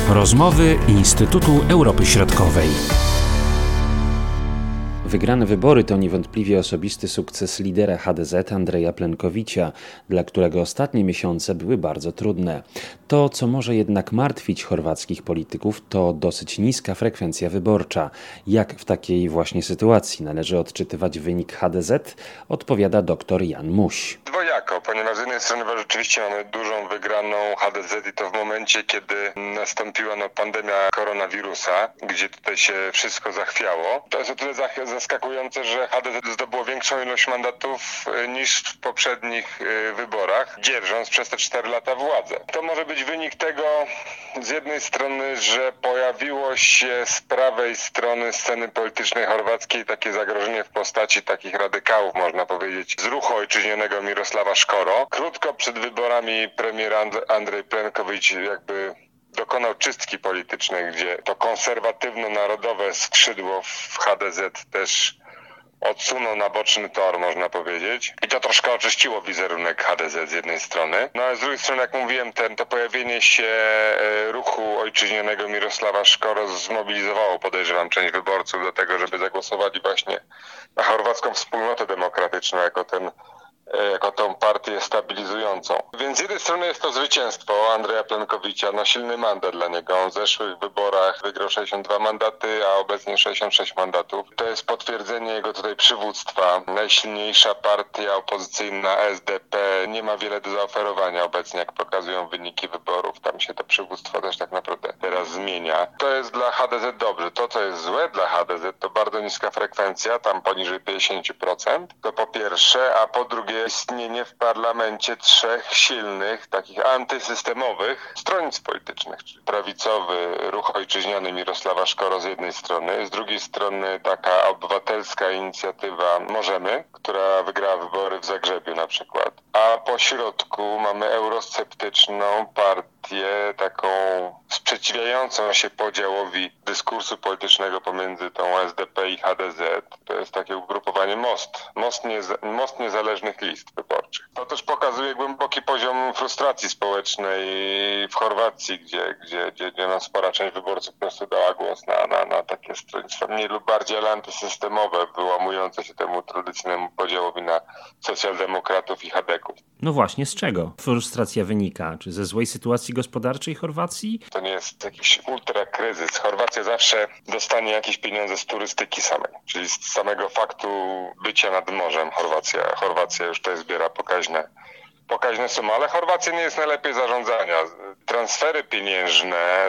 Rozmowy Instytutu Europy Środkowej. Wygrane wybory to niewątpliwie osobisty sukces lidera HDZ Andreja Plenkovicia, dla którego ostatnie miesiące były bardzo trudne. To, co może jednak martwić chorwackich polityków, to dosyć niska frekwencja wyborcza. Jak w takiej właśnie sytuacji należy odczytywać wynik HDZ, odpowiada dr Jan Muś. Dwojako, ponieważ z jednej strony rzeczywiście mamy dużą wygraną HDZ i to w momencie, kiedy nastąpiła pandemia koronawirusa, gdzie tutaj się wszystko zachwiało. To jest o tyle zaskakujące, że HDZ zdobyło większą ilość mandatów niż w poprzednich wyborach, dzierżąc przez te 4 lata władzę. To może być wynik tego z jednej strony, że pojawiło się z prawej strony sceny politycznej chorwackiej takie zagrożenie w postaci takich radykałów, można powiedzieć, z ruchu ojczyźnianego Mirosława Škoro. Krótko przed wyborami premier Andrej Plenković dokonał czystki politycznej, gdzie to konserwatywno-narodowe skrzydło w HDZ też odsunął na boczny tor, można powiedzieć. I to troszkę oczyściło wizerunek HDZ z jednej strony. No a z drugiej strony, jak mówiłem, to pojawienie się ruchu ojczyźnianego Mirosława Škoro zmobilizowało, podejrzewam, część wyborców do tego, żeby zagłosowali właśnie na chorwacką wspólnotę demokratyczną jako tą partię stabilizującą. Więc z jednej strony jest to zwycięstwo Andreja Plenkovicia, silny mandat dla niego. On w zeszłych wyborach wygrał 62 mandaty, a obecnie 66 mandatów. To jest potwierdzenie jego tutaj przywództwa. Najsilniejsza partia opozycyjna SDP nie ma wiele do zaoferowania obecnie, jak pokazują wyniki wyborów. Tam się to przywództwo też tak naprawdę teraz zmienia. To jest dla HDZ dobrze. To, co jest złe dla HDZ, to bardzo niska frekwencja, tam poniżej 50%. To po pierwsze, a po drugie istnienie w parlamencie 3 silnych, takich antysystemowych stronnictw politycznych, czyli prawicowy ruch ojczyźniany Mirosława Škoro z jednej strony, z drugiej strony taka obywatelska inicjatywa Możemy, która wygrała wybory w Zagrzebiu na przykład, a po środku mamy eurosceptyczną partię, taką sprzeciwiającą się podziałowi dyskursu politycznego pomiędzy tą SDP i HDZ. To jest takie ugrupowanie Most Niezależnych List Wyborczych. To też pokazuje głęboki poziom frustracji społecznej w Chorwacji, gdzie spora część wyborców po prostu dała głos na takie stronnictwa mniej lub bardziej, ale antysystemowe, wyłamujące się temu tradycyjnemu podziałowi na socjaldemokratów i chadeków. No właśnie, z czego frustracja wynika? Czy ze złej sytuacji gospodarczej Chorwacji? To nie jest jakiś ultrakryzys. Chorwacja zawsze dostanie jakieś pieniądze z turystyki samej, czyli z samego faktu bycia nad morzem. Chorwacja już tutaj zbiera pokaźne sumy, ale Chorwacja nie jest najlepiej zarządzania. Transfery pieniężne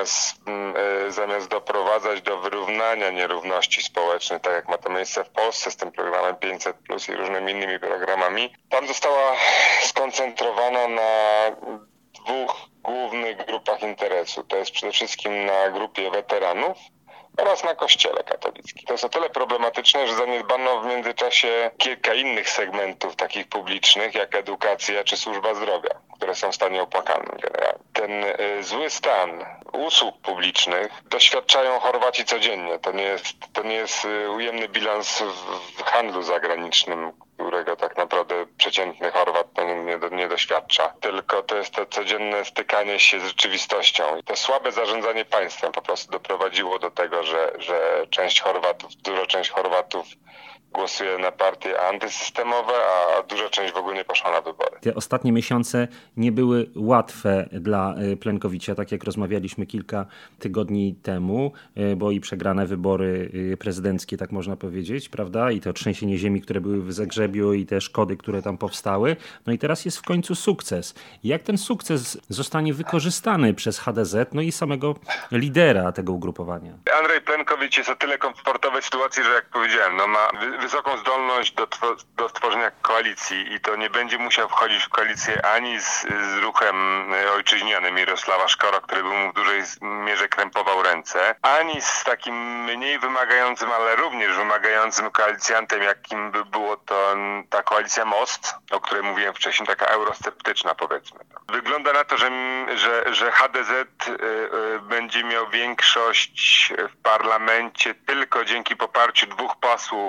zamiast doprowadzać do wyrównania nierówności społecznych, tak jak ma to miejsce w Polsce z tym programem 500+ i różnymi innymi programami, tam została skoncentrowana na 2 głównych grupach interesu. To jest przede wszystkim na grupie weteranów oraz na Kościele katolickim. To jest o tyle problematyczne, że zaniedbano w międzyczasie kilka innych segmentów takich publicznych, jak edukacja czy służba zdrowia, które są w stanie opłakanym generalnie. Ten zły stan usług publicznych doświadczają Chorwaci codziennie. To nie jest ujemny bilans w handlu zagranicznym, którego tak naprawdę przeciętny Chorwat nie doświadcza. Tylko to jest to codzienne stykanie się z rzeczywistością. I to słabe zarządzanie państwem po prostu doprowadziło do tego, że duża część Chorwatów głosuje na partie antysystemowe, a duża część w ogóle nie poszła na wybory. Te ostatnie miesiące nie były łatwe dla Plenkovicia, tak jak rozmawialiśmy kilka tygodni temu, bo i przegrane wybory prezydenckie, tak można powiedzieć, prawda? I to trzęsienie ziemi, które były w Zagrzebiu i te szkody, które tam powstały. No i teraz jest w końcu sukces. Jak ten sukces zostanie wykorzystany przez HDZ, no i samego lidera tego ugrupowania? Andrej Plenković jest o tyle komfortowej sytuacji, że jak powiedziałem, ma wysoką zdolność do stworzenia koalicji i to nie będzie musiał wchodzić w koalicję ani z ruchem ojczyźnianym Mirosława Škoro, który by mu w dużej mierze krępował ręce, ani z takim mniej wymagającym, ale również wymagającym koalicjantem, jakim by było to ta koalicja Most, o której mówiłem wcześniej, taka eurosceptyczna, powiedzmy. Wygląda na to, że HDZ będzie miał większość w parlamencie tylko dzięki poparciu 2 posłów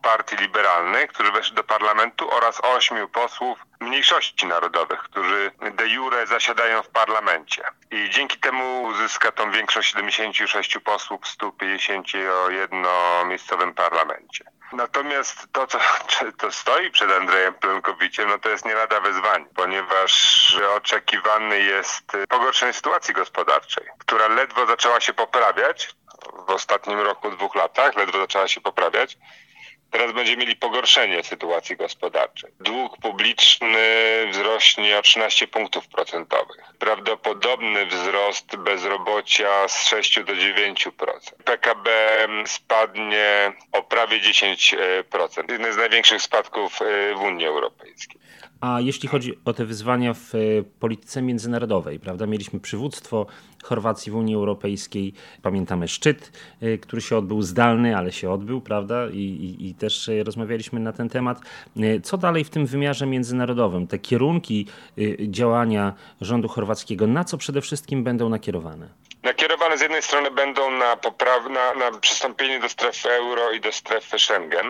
partii liberalnych, którzy weszli do parlamentu, oraz 8 posłów mniejszości narodowych, którzy de jure zasiadają w parlamencie. I dzięki temu uzyska tą większość 76 posłów w 150 o jednomiejscowym parlamencie. Natomiast to stoi przed Andrejem Plenkowiciem, to jest nie lada wyzwanie, ponieważ oczekiwany jest pogorszenie sytuacji gospodarczej, która ledwo zaczęła się poprawiać w ostatnim roku, 2 latach, ledwo zaczęła się poprawiać. Teraz będziemy mieli pogorszenie sytuacji gospodarczej. Dług publiczny wzrośnie o 13 punktów procentowych. Prawdopodobny wzrost bezrobocia z 6 do 9%. PKB spadnie o prawie 10%. Jeden z największych spadków w Unii Europejskiej. A jeśli chodzi o te wyzwania w polityce międzynarodowej, prawda? Mieliśmy przywództwo Chorwacji w Unii Europejskiej, pamiętamy szczyt, który się odbył zdalny, ale się odbył, prawda? I też rozmawialiśmy na ten temat. Co dalej w tym wymiarze międzynarodowym? Te kierunki działania rządu chorwackiego, na co przede wszystkim będą nakierowane? Nakierowane z jednej strony będą na przystąpienie do strefy euro i do strefy Schengen,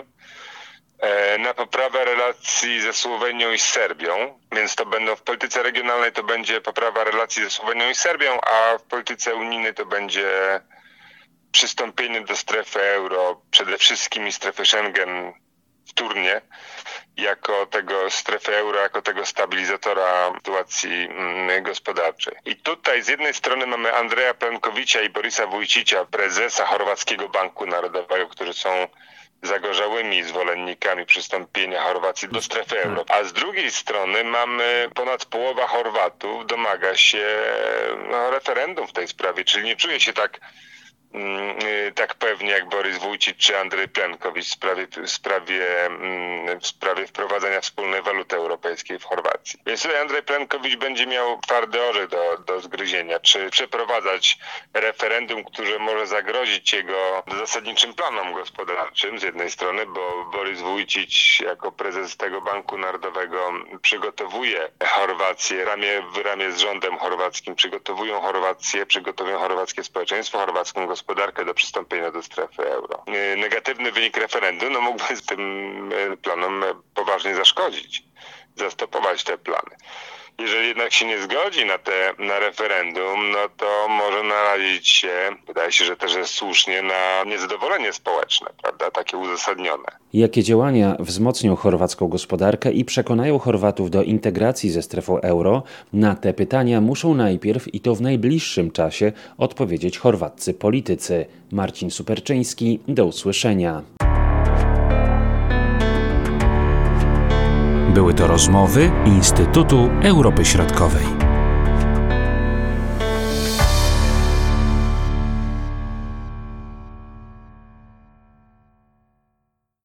na poprawę relacji ze Słowenią i z Serbią, więc to będą w polityce regionalnej to będzie poprawa relacji ze Słowenią i Serbią, a w polityce unijnej to będzie przystąpienie do strefy euro, przede wszystkim i strefy Schengen wtórnie, jako tego strefy euro, jako tego stabilizatora sytuacji gospodarczej. I tutaj z jednej strony mamy Andreja Plenkovicia i Borisa Vujčića, prezesa Chorwackiego Banku Narodowego, którzy są zagorzałymi zwolennikami przystąpienia Chorwacji do strefy euro. A z drugiej strony mamy ponad połowa Chorwatów domaga się referendum w tej sprawie, czyli nie czuje się tak pewnie jak Boris Vujčić czy Andrej Plenković w sprawie wprowadzenia wspólnej waluty europejskiej w Chorwacji. Więc tutaj Andrej Plenković będzie miał twardy orzech do zgryzienia, czy przeprowadzać referendum, które może zagrozić jego zasadniczym planom gospodarczym z jednej strony, bo Boris Vujčić jako prezes tego Banku Narodowego przygotowuje Chorwację, ramię w ramię z rządem chorwackim, przygotowują chorwackie społeczeństwo, chorwacką gospodarkę do przystąpienia do strefy euro. Negatywny wynik referendum mógłby tym planom poważnie zaszkodzić, zastopować te plany. Jeżeli jednak się nie zgodzi na referendum, to może narazić się, wydaje się, że też jest słusznie, na niezadowolenie społeczne, prawda, takie uzasadnione. Jakie działania wzmocnią chorwacką gospodarkę i przekonają Chorwatów do integracji ze strefą euro? Na te pytania muszą najpierw i to w najbliższym czasie odpowiedzieć chorwaccy politycy. Marcin Superczyński, do usłyszenia. Były to rozmowy Instytutu Europy Środkowej.